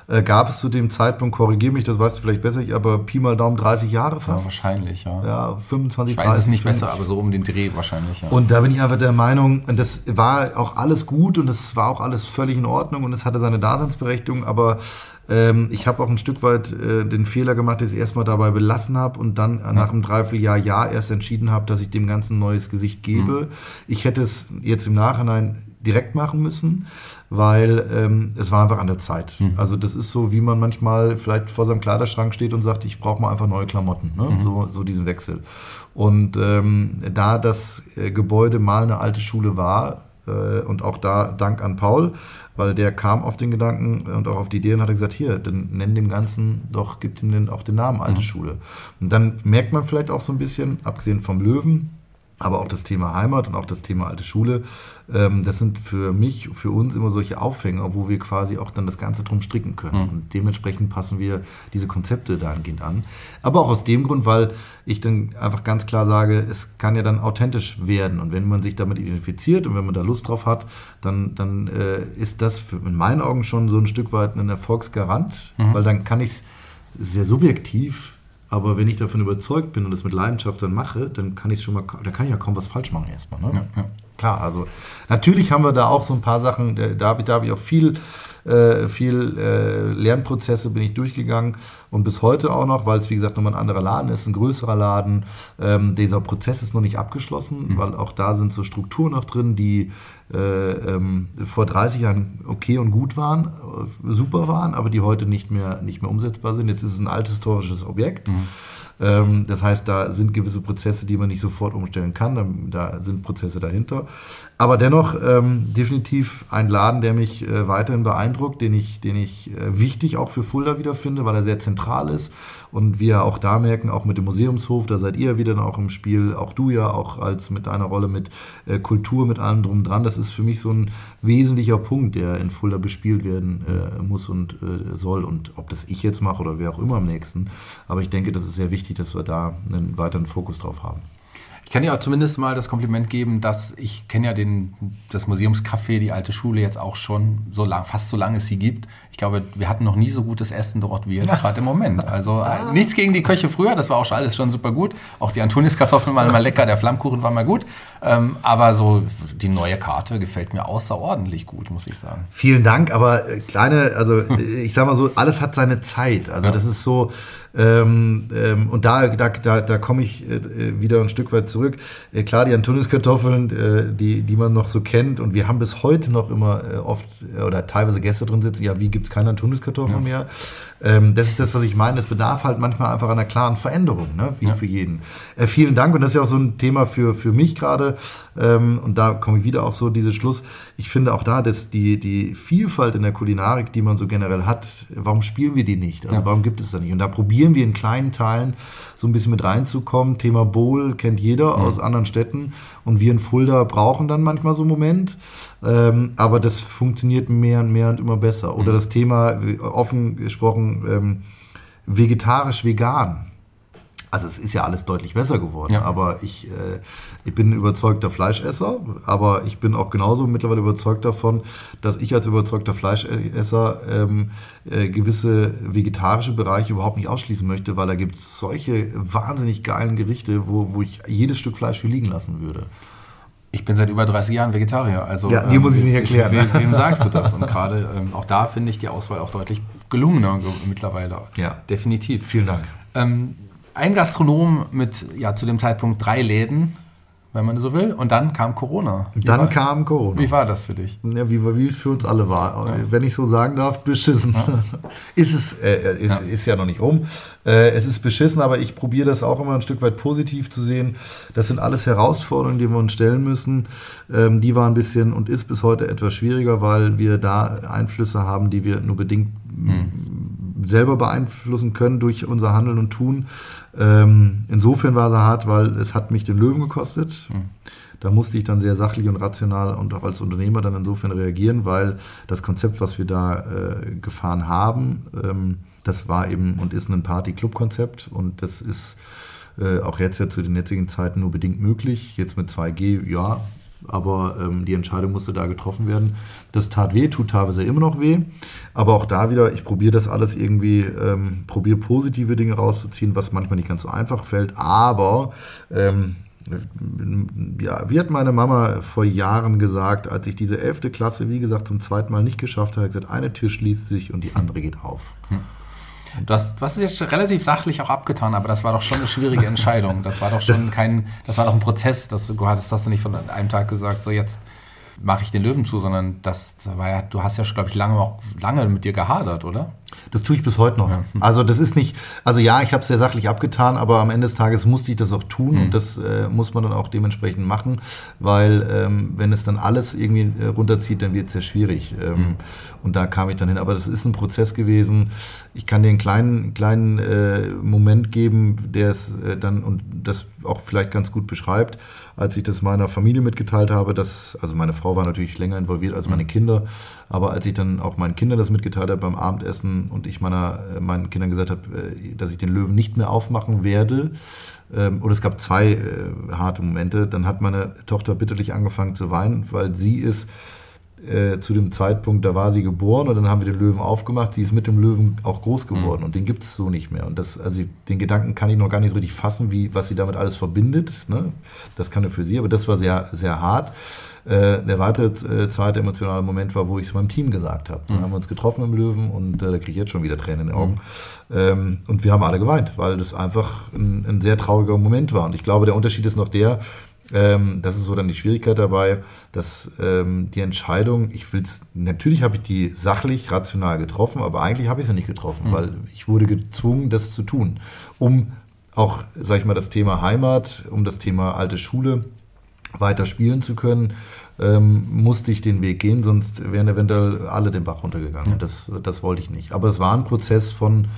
äh, gab es zu dem Zeitpunkt, korrigiere mich, das weißt du vielleicht besser, aber Pi mal Daumen dreißig Jahre fast. Ja, wahrscheinlich, ja. Ja, fünfundzwanzig, ich weiß dreißig, es nicht fünfzig. besser, aber so um den Dreh wahrscheinlich, ja. Und da bin ich einfach der Meinung, und das war auch alles gut und das war auch alles völlig in Ordnung und es hatte seine Daseinsberechtigung, aber ähm, ich habe auch ein Stück weit äh, den Fehler gemacht, dass ich erstmal dabei belassen habe und dann ja. nach einem Dreivierteljahr Jahr erst entschieden habe, dass ich dem Ganzen ein neues Gesicht gebe. Mhm. Ich hätte es jetzt im Nachhinein direkt machen müssen, weil ähm, es war einfach an der Zeit. Mhm. Also das ist so, wie man manchmal vielleicht vor seinem Kleiderschrank steht und sagt, ich brauche mal einfach neue Klamotten, ne? mhm. so, so diesen Wechsel. Und ähm, da das äh, Gebäude mal eine alte Schule war, äh, und auch da Dank an Paul, weil der kam auf den Gedanken und auch auf die Idee und hat gesagt, hier, dann nenn dem Ganzen doch, gibt ihm den, auch den Namen alte mhm. Schule. Und dann merkt man vielleicht auch so ein bisschen, abgesehen vom Löwen, aber auch das Thema Heimat und auch das Thema alte Schule, ähm, das sind für mich, für uns immer solche Aufhänger, wo wir quasi auch dann das Ganze drum stricken können. Mhm. Und dementsprechend passen wir diese Konzepte dahingehend an. Aber auch aus dem Grund, weil ich dann einfach ganz klar sage, es kann ja dann authentisch werden. Und wenn man sich damit identifiziert und wenn man da Lust drauf hat, dann, dann äh, ist das für, in meinen Augen schon so ein Stück weit ein Erfolgsgarant, mhm. weil dann kann ich es sehr subjektiv. Aber wenn ich davon überzeugt bin und das mit Leidenschaft dann mache, dann kann ich schon mal, da kann ich ja kaum was falsch machen erstmal. Ne? Ja, ja. Klar, also natürlich haben wir da auch so ein paar Sachen, da habe ich, da habe ich auch viel, äh, viel äh, Lernprozesse bin ich durchgegangen und bis heute auch noch, weil es wie gesagt nochmal ein anderer Laden ist, ein größerer Laden. Ähm, dieser Prozess ist noch nicht abgeschlossen, mhm. weil auch da sind so Strukturen noch drin, die äh, ähm, vor dreißig Jahren okay und gut waren, äh, super waren, aber die heute nicht mehr, nicht mehr umsetzbar sind. Jetzt ist es ein altes historisches Objekt. Mhm. Ähm, das heißt, da sind gewisse Prozesse, die man nicht sofort umstellen kann. Da, da sind Prozesse dahinter. Aber dennoch ähm, definitiv ein Laden, der mich äh, weiterhin beeindruckt, den ich, den ich äh, wichtig auch für Fulda wieder finde, weil er sehr zentral ist. Und wir auch da merken, auch mit dem Museumshof, da seid ihr wieder auch im Spiel, auch du ja, auch als mit deiner Rolle mit äh, Kultur, mit allem drum dran. Das ist für mich so ein wesentlicher Punkt, der in Fulda bespielt werden äh, muss und äh, soll. Und ob das ich jetzt mache oder wer auch immer am nächsten. Aber ich denke, das ist sehr wichtig, dass wir da einen weiteren Fokus drauf haben. Ich kann dir auch zumindest mal das Kompliment geben, dass ich kenne ja den, das Museumscafé, die alte Schule jetzt auch schon so lang, fast so lange es sie gibt. Ich glaube, wir hatten noch nie so gutes Essen dort wie jetzt ja. gerade im Moment. Also äh, nichts gegen die Köche früher, das war auch schon alles schon super gut. Auch die Antoniskartoffeln waren mal lecker, der Flammkuchen war mal gut. Ähm, aber so die neue Karte gefällt mir außerordentlich gut, muss ich sagen. Vielen Dank, aber äh, kleine, also ich sag mal so, alles hat seine Zeit. Also ja. das ist so, ähm, ähm, und da, da, da, da komme ich äh, wieder ein Stück weit zurück. Äh, klar, die Antoniskartoffeln, äh, die, die man noch so kennt und wir haben bis heute noch immer äh, oft äh, oder teilweise Gäste drin sitzen, ja, wie gibt es keine Antoniskartoffeln ja. mehr? Ähm, das ist das, was ich meine. Es bedarf halt manchmal einfach einer klaren Veränderung, ne? wie ja. für jeden. Äh, vielen Dank und das ist ja auch so ein Thema für, für mich gerade ähm, und da komme ich wieder auf so diesen Schluss. Ich finde auch da, dass die, die Vielfalt in der Kulinarik, die man so generell hat, warum spielen wir die nicht? Also ja. warum gibt es da nicht? Und da probieren wir in kleinen Teilen so ein bisschen mit reinzukommen. Thema Bowl kennt jeder mhm. aus anderen Städten und wir in Fulda brauchen dann manchmal so einen Moment. Ähm, aber das funktioniert mehr und mehr und immer besser. Oder mhm. das Thema, offen gesprochen, ähm, vegetarisch-vegan. Also es ist ja alles deutlich besser geworden, ja. aber ich, äh, ich bin ein überzeugter Fleischesser, aber ich bin auch genauso mittlerweile überzeugt davon, dass ich als überzeugter Fleischesser ähm, äh, gewisse vegetarische Bereiche überhaupt nicht ausschließen möchte, weil da gibt es solche wahnsinnig geilen Gerichte, wo, wo ich jedes Stück Fleisch für liegen lassen würde. Ich bin seit über dreißig Jahren Vegetarier. Also, ja, dir ähm, muss ich es nicht erklären. Wem, wem sagst du das? Und gerade ähm, auch da finde ich die Auswahl auch deutlich gelungener mittlerweile. Ja, definitiv. Vielen Dank. Ähm, ein Gastronom mit ja zu dem Zeitpunkt drei Läden, wenn man so will, und dann kam Corona. Wie dann war, kam Corona. Wie war das für dich? Ja, wie, wie es für uns alle war. Ja. Wenn ich so sagen darf, beschissen. Ja. ist es äh, ist, ja. ist ja noch nicht rum. Äh, es ist beschissen, aber ich probiere das auch immer ein Stück weit positiv zu sehen. Das sind alles Herausforderungen, die wir uns stellen müssen. Ähm, die war ein bisschen und ist bis heute etwas schwieriger, weil wir da Einflüsse haben, die wir nur bedingt hm. selber beeinflussen können durch unser Handeln und Tun. Ähm, insofern war es hart, weil es hat mich den Löwen gekostet. Mhm. Da musste ich dann sehr sachlich und rational und auch als Unternehmer dann insofern reagieren, weil das Konzept, was wir da äh, gefahren haben, ähm, das war eben und ist ein Party-Club-Konzept und das ist äh, auch jetzt ja zu den jetzigen Zeiten nur bedingt möglich. Jetzt mit zwei G, ja, aber ähm, die Entscheidung musste da getroffen werden. Das tat weh, tut teilweise immer noch weh, aber auch da wieder, ich probiere das alles irgendwie, ähm, probiere positive Dinge rauszuziehen, was manchmal nicht ganz so einfach fällt, aber ähm, ja, wie hat meine Mama vor Jahren gesagt, als ich diese elfte Klasse, wie gesagt, zum zweiten Mal nicht geschafft habe, gesagt, eine Tür schließt sich und die andere geht auf. Hm. Du hast, du hast es jetzt relativ sachlich auch abgetan, aber das war doch schon eine schwierige Entscheidung. Das war doch schon kein, das war doch ein Prozess, dass du, du hattest, hast du nicht von einem Tag gesagt, so jetzt mache ich den Löwen zu, sondern das war ja, du hast ja, glaube ich, lange auch lange mit dir gehadert, oder? Das tue ich bis heute noch. Ja. Also das ist nicht, also ja, ich habe es sehr sachlich abgetan, aber am Ende des Tages musste ich das auch tun mhm. und das äh, muss man dann auch dementsprechend machen, weil ähm, wenn es dann alles irgendwie äh, runterzieht, dann wird es sehr schwierig. Ähm, mhm. Und da kam ich dann hin. Aber das ist ein Prozess gewesen. Ich kann dir einen kleinen, kleinen äh, Moment geben, der es äh, dann und das auch vielleicht ganz gut beschreibt, als ich das meiner Familie mitgeteilt habe, dass, also meine Frau war natürlich länger involviert als meine Kinder, aber als ich dann auch meinen Kindern das mitgeteilt habe beim Abendessen und ich meiner, meinen Kindern gesagt habe, dass ich den Löwen nicht mehr aufmachen werde, oder es gab zwei äh, harte Momente, dann hat meine Tochter bitterlich angefangen zu weinen, weil sie ist äh, zu dem Zeitpunkt, da war sie geboren und dann haben wir den Löwen aufgemacht, sie ist mit dem Löwen auch groß geworden mhm. und den gibt es so nicht mehr. Und das, also den Gedanken kann ich noch gar nicht so richtig fassen, wie, was sie damit alles verbindet. Ne? Das kann er für sie, aber das war sehr, sehr hart. Äh, der weitere äh, zweite emotionale Moment war, wo ich es meinem Team gesagt habe. Dann mhm. haben wir uns getroffen im Löwen und äh, da kriege ich jetzt schon wieder Tränen in den Augen. Mhm. Ähm, und wir haben alle geweint, weil das einfach ein, ein sehr trauriger Moment war. Und ich glaube, der Unterschied ist noch der, ähm, das ist so dann die Schwierigkeit dabei, dass ähm, die Entscheidung, ich will's, natürlich habe ich die sachlich, rational getroffen, aber eigentlich habe ich sie nicht getroffen, mhm. weil ich wurde gezwungen, das zu tun, um auch, sag ich mal, das Thema Heimat, um das Thema alte Schule weiter spielen zu können, ähm, musste ich den Weg gehen, sonst wären eventuell alle den Bach runtergegangen. Ja. Das, das wollte ich nicht. Aber es war ein Prozess von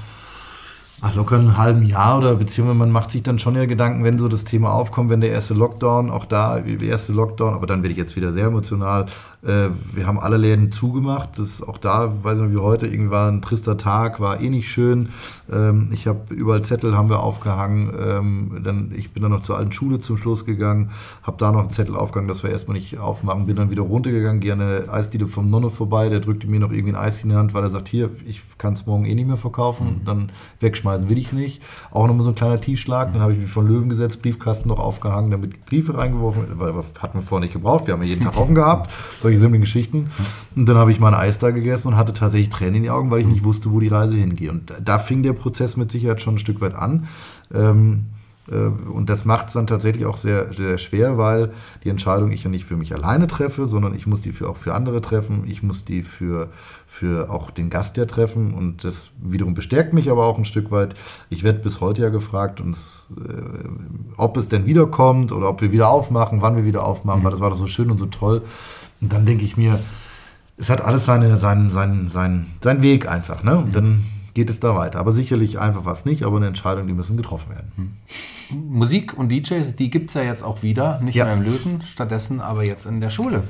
ach, locker einem halben Jahr oder beziehungsweise man macht sich dann schon ja Gedanken, wenn so das Thema aufkommt, wenn der erste Lockdown, auch da, der erste Lockdown, aber dann werde ich jetzt wieder sehr emotional. Äh, wir haben alle Läden zugemacht, das auch da, weiß nicht wie heute, irgendwie war ein trister Tag, war eh nicht schön. Ähm, ich habe überall Zettel haben wir aufgehangen, ähm, dann, ich bin dann noch zur alten Schule zum Schluss gegangen, habe da noch einen Zettel aufgehangen, dass wir erstmal nicht aufmachen, bin dann wieder runtergegangen, gehe an eine Eisdiele vom Nonne vorbei, der drückte mir noch irgendwie ein Eis in die Hand, weil er sagt, hier, ich kann es morgen eh nicht mehr verkaufen, mhm. dann wegschmeißen. Will ich nicht. Auch nochmal so ein kleiner Tiefschlag. Dann habe ich mich von Löwen gesetzt, Briefkasten noch aufgehangen, damit Briefe reingeworfen, weil hatten wir vorher nicht gebraucht. Wir haben ja jeden Tag offen gehabt. Solche simplen Geschichten. Und dann habe ich mal ein Eis da gegessen und hatte tatsächlich Tränen in die Augen, weil ich nicht wusste, wo die Reise hingeht. Und da fing der Prozess mit Sicherheit schon ein Stück weit an. Ähm, Und das macht es dann tatsächlich auch sehr, sehr schwer, weil die Entscheidung ich ja nicht für mich alleine treffe, sondern ich muss die für, auch für andere treffen. Ich muss die für, für auch den Gast ja treffen. Und das wiederum bestärkt mich aber auch ein Stück weit. Ich werde bis heute ja gefragt, und, äh, ob es denn wiederkommt oder ob wir wieder aufmachen, wann wir wieder aufmachen, mhm. weil das war doch so schön und so toll. Und dann denke ich mir, es hat alles seine, seinen, seinen, seinen, seinen Weg einfach. Ne? Und dann geht es da weiter. Aber sicherlich einfach was nicht, aber eine Entscheidung, die müssen getroffen werden. Musik und D Js, die gibt es ja jetzt auch wieder, nicht ja. mehr im Löwen, stattdessen aber jetzt in der Schule.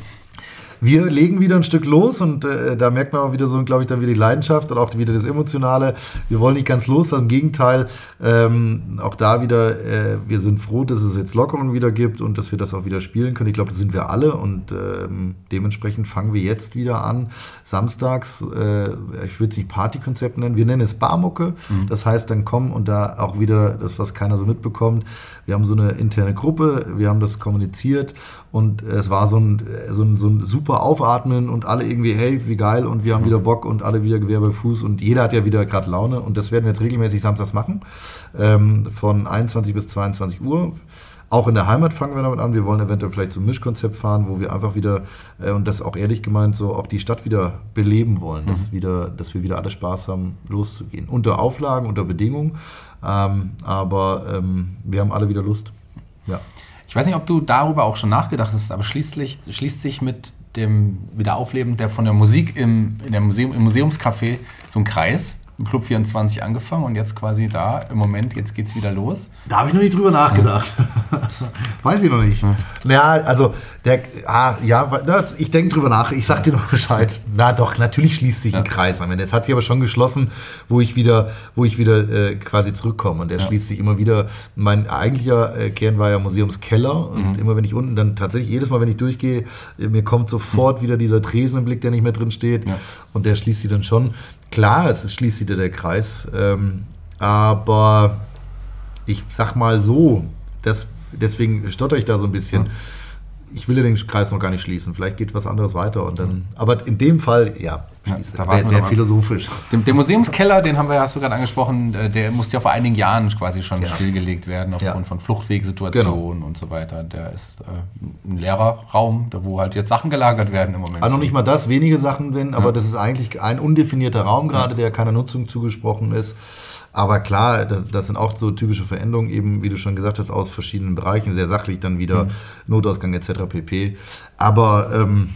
Wir legen wieder ein Stück los und äh, da merkt man auch wieder so, glaube ich, dann wieder die Leidenschaft und auch wieder das Emotionale. Wir wollen nicht ganz los, im Gegenteil, ähm, auch da wieder, äh, wir sind froh, dass es jetzt Lockerungen wieder gibt und dass wir das auch wieder spielen können. Ich glaube, das sind wir alle und ähm, dementsprechend fangen wir jetzt wieder an. Samstags, äh, ich würde es nicht Partykonzept nennen, wir nennen es Barmucke. Mhm. Das heißt, dann kommen und da auch wieder das, was keiner so mitbekommt. Wir haben so eine interne Gruppe, wir haben das kommuniziert und es war so ein, so ein, so ein super Aufatmen und alle irgendwie, hey, wie geil und wir haben wieder Bock und alle wieder Gewehr bei Fuß und jeder hat ja wieder gerade Laune und das werden wir jetzt regelmäßig samstags machen, ähm, von einundzwanzig bis zweiundzwanzig Uhr. Auch in der Heimat fangen wir damit an. Wir wollen eventuell vielleicht so ein Mischkonzept fahren, wo wir einfach wieder, äh, und das auch ehrlich gemeint, so auch die Stadt wieder beleben wollen, mhm. dass, wieder, dass wir wieder alle Spaß haben, loszugehen. Unter Auflagen, unter Bedingungen, ähm, aber ähm, wir haben alle wieder Lust. Ja. Ich weiß nicht, ob du darüber auch schon nachgedacht hast, aber schließlich schließt sich mit dem Wiederaufleben der von der Musik im, in der Museum, im Museumscafé so ein Kreis. im Club vierundzwanzig angefangen und jetzt quasi da im Moment, jetzt geht's wieder los. Da habe ich noch nicht drüber nachgedacht. Weiß ich noch nicht. Ja, also, der, ah, ja, ich denke drüber nach, ich sag dir noch Bescheid. Na doch, natürlich schließt sich ein ja. Kreis an. Es hat sich aber schon geschlossen, wo ich wieder, wo ich wieder äh, quasi zurückkomme. Und der ja. schließt sich immer wieder. Mein eigentlicher äh, Kern war ja Museumskeller. Und mhm. immer wenn ich unten dann tatsächlich, jedes Mal, wenn ich durchgehe, mir kommt sofort mhm. wieder dieser Tresen im Blick, der nicht mehr drin steht. Ja. Und der schließt sich dann schon. Klar, es schließt sich wieder der Kreis. Ähm, aber ich sag mal so, das, deswegen stotter ich da so ein bisschen. Ja. Ich will ja den Kreis noch gar nicht schließen. Vielleicht geht was anderes weiter. Und dann, aber in dem Fall, ja, ja da war sehr philosophisch. Den, der Museumskeller, den haben wir, hast du gerade angesprochen, der musste ja vor einigen Jahren quasi schon ja. stillgelegt werden, aufgrund ja. von Fluchtwegsituationen genau. und so weiter. Der ist äh, ein leerer Raum, da wo halt jetzt Sachen gelagert werden im Moment. Also noch nicht mal das, wenige Sachen, wenn, aber ja. das ist eigentlich ein undefinierter Raum gerade, ja. der keiner Nutzung zugesprochen ist. Aber klar, das, das sind auch so typische Veränderungen, eben wie du schon gesagt hast, aus verschiedenen Bereichen, sehr sachlich dann wieder, mhm. Notausgang et cetera pp. Aber ähm,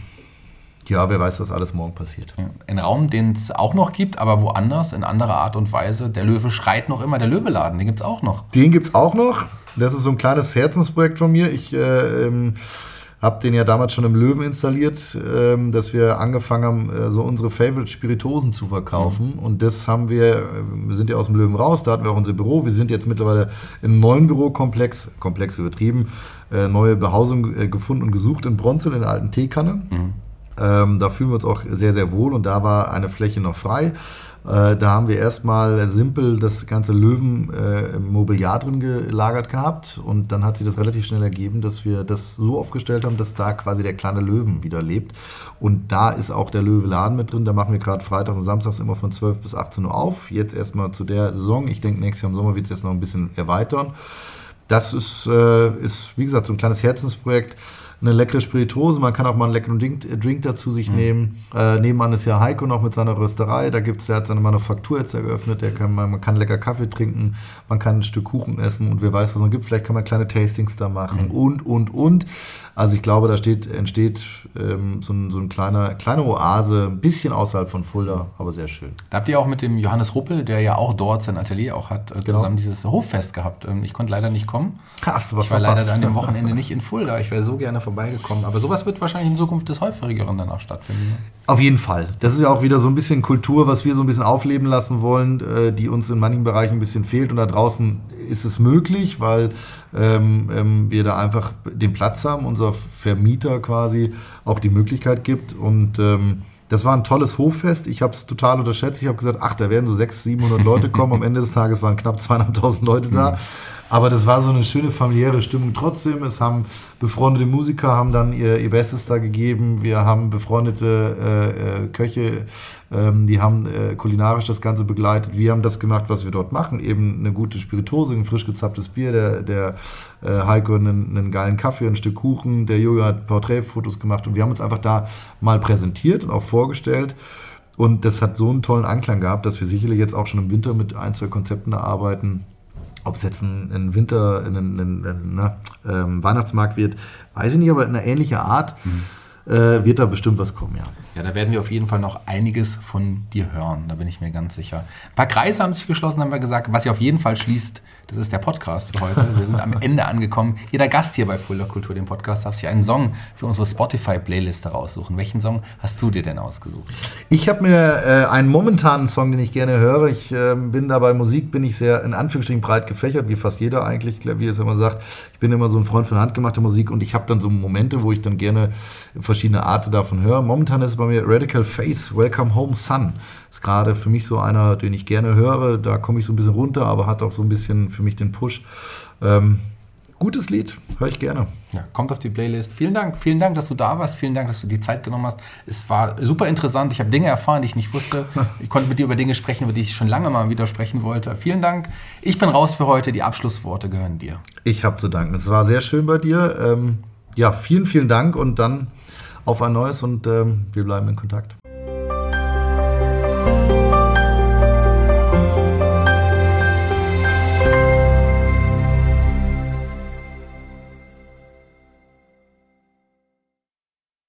ja, wer weiß, was alles morgen passiert. Ja. Ein Raum, den es auch noch gibt, aber woanders, in anderer Art und Weise. Der Löwe schreit noch immer, der Löweladen, den gibt es auch noch. Den gibt es auch noch. Das ist so ein kleines Herzensprojekt von mir. Ich äh, ähm, habe den ja damals schon im Löwen installiert, ähm, dass wir angefangen haben, äh, so unsere Favorite-Spiritosen zu verkaufen. Mhm. Und das haben wir, wir sind ja aus dem Löwen raus, da hatten wir auch unser Büro. Wir sind jetzt mittlerweile in einem neuen Bürokomplex, komplex übertrieben, äh, neue Behausung äh, gefunden und gesucht in Bronzel, in der alten Teekanne. Mhm. Ähm, da fühlen wir uns auch sehr, sehr wohl und da war eine Fläche noch frei. Äh, da haben wir erstmal simpel das ganze Löwen-Mobiliar äh, drin gelagert gehabt und dann hat sich das relativ schnell ergeben, dass wir das so aufgestellt haben, dass da quasi der kleine Löwen wieder lebt. Und da ist auch der Löweladen mit drin. Da machen wir gerade Freitag und Samstags immer von zwölf bis achtzehn Uhr auf. Jetzt erstmal zu der Saison. Ich denke, nächstes Jahr im Sommer wird es jetzt noch ein bisschen erweitern. Das ist, äh, ist, wie gesagt, so ein kleines Herzensprojekt. Eine leckere Spirituose, man kann auch mal einen leckeren Drink, Drink dazu sich mhm. nehmen. Äh, nebenan ist ja Heiko noch mit seiner Rösterei, da gibt's, der hat seine Manufaktur jetzt eröffnet, der kann, man, man kann lecker Kaffee trinken, man kann ein Stück Kuchen essen und wer weiß, was es noch gibt, vielleicht kann man kleine Tastings da machen mhm. und, und, und. Also ich glaube, da steht, entsteht ähm, so ein, so ein kleiner, kleine Oase, ein bisschen außerhalb von Fulda, aber sehr schön. Da habt ihr auch mit dem Johannes Ruppel, der ja auch dort sein Atelier auch hat, genau. zusammen dieses Hoffest gehabt. Ich konnte leider nicht kommen. Hast du was ich war verpasst. leider an dem Wochenende nicht in Fulda. Ich wäre so gerne vorbeigekommen. Aber sowas wird wahrscheinlich in Zukunft des Häufigeren dann auch stattfinden. Ne? Auf jeden Fall. Das ist ja auch wieder so ein bisschen Kultur, was wir so ein bisschen aufleben lassen wollen, die uns in manchen Bereichen ein bisschen fehlt. Und da draußen ist es möglich, weil ähm, ähm, wir da einfach den Platz haben, unser Vermieter quasi auch die Möglichkeit gibt. Und ähm, das war ein tolles Hoffest. Ich habe es total unterschätzt. Ich habe gesagt, ach, da werden so sechshundert, siebenhundert Leute kommen. Am Ende des Tages waren knapp zweihunderttausend Leute da. Aber das war so eine schöne familiäre Stimmung trotzdem. Es haben befreundete Musiker haben dann ihr, ihr Bestes da gegeben. Wir haben befreundete äh, äh, Köche, ähm, die haben äh, kulinarisch das Ganze begleitet. Wir haben das gemacht, was wir dort machen. Eben eine gute Spirituose, ein frisch gezapftes Bier. Der, der äh, Heiko einen, einen geilen Kaffee, ein Stück Kuchen. Der Jojo hat Porträtfotos gemacht. Und wir haben uns einfach da mal präsentiert und auch vorgestellt. Und das hat so einen tollen Anklang gehabt, dass wir sicherlich jetzt auch schon im Winter mit ein, zwei Konzepten arbeiten. Ob es jetzt ein, ein Winter, ein, ein, ein, ein, ein ähm, Weihnachtsmarkt wird, weiß ich nicht, aber in einer ähnlichen Art mhm. äh, wird da bestimmt was kommen, ja. Ja, da werden wir auf jeden Fall noch einiges von dir hören, da bin ich mir ganz sicher. Ein paar Kreise haben sich geschlossen, haben wir gesagt. Was sich auf jeden Fall schließt, das ist der Podcast für heute. Wir sind am Ende angekommen. Jeder Gast hier bei Fulda Kultur, dem Podcast, darf sich einen Song für unsere Spotify-Playliste raussuchen. Welchen Song hast du dir denn ausgesucht? Ich habe mir äh, einen momentanen Song, den ich gerne höre. Ich äh, bin da bei Musik, bin ich sehr in Anführungsstrichen breit gefächert, wie fast jeder eigentlich, wie es immer sagt. Ich bin immer so ein Freund von handgemachter Musik und ich habe dann so Momente, wo ich dann gerne verschiedene Arten davon höre. Momentan ist es bei mir Radical Face, Welcome Home Sun. Ist gerade für mich so einer, den ich gerne höre. Da komme ich so ein bisschen runter, aber hat auch so ein bisschen für mich den Push. Ähm, gutes Lied, höre ich gerne. Ja, kommt auf die Playlist. Vielen Dank, vielen Dank, dass du da warst. Vielen Dank, dass du die Zeit genommen hast. Es war super interessant. Ich habe Dinge erfahren, die ich nicht wusste. Ich konnte mit dir über Dinge sprechen, über die ich schon lange mal wieder sprechen wollte. Vielen Dank. Ich bin raus für heute. Die Abschlussworte gehören dir. Ich habe zu danken. Es war sehr schön bei dir. Ähm, ja, vielen, vielen Dank und dann auf ein neues und ähm, wir bleiben in Kontakt.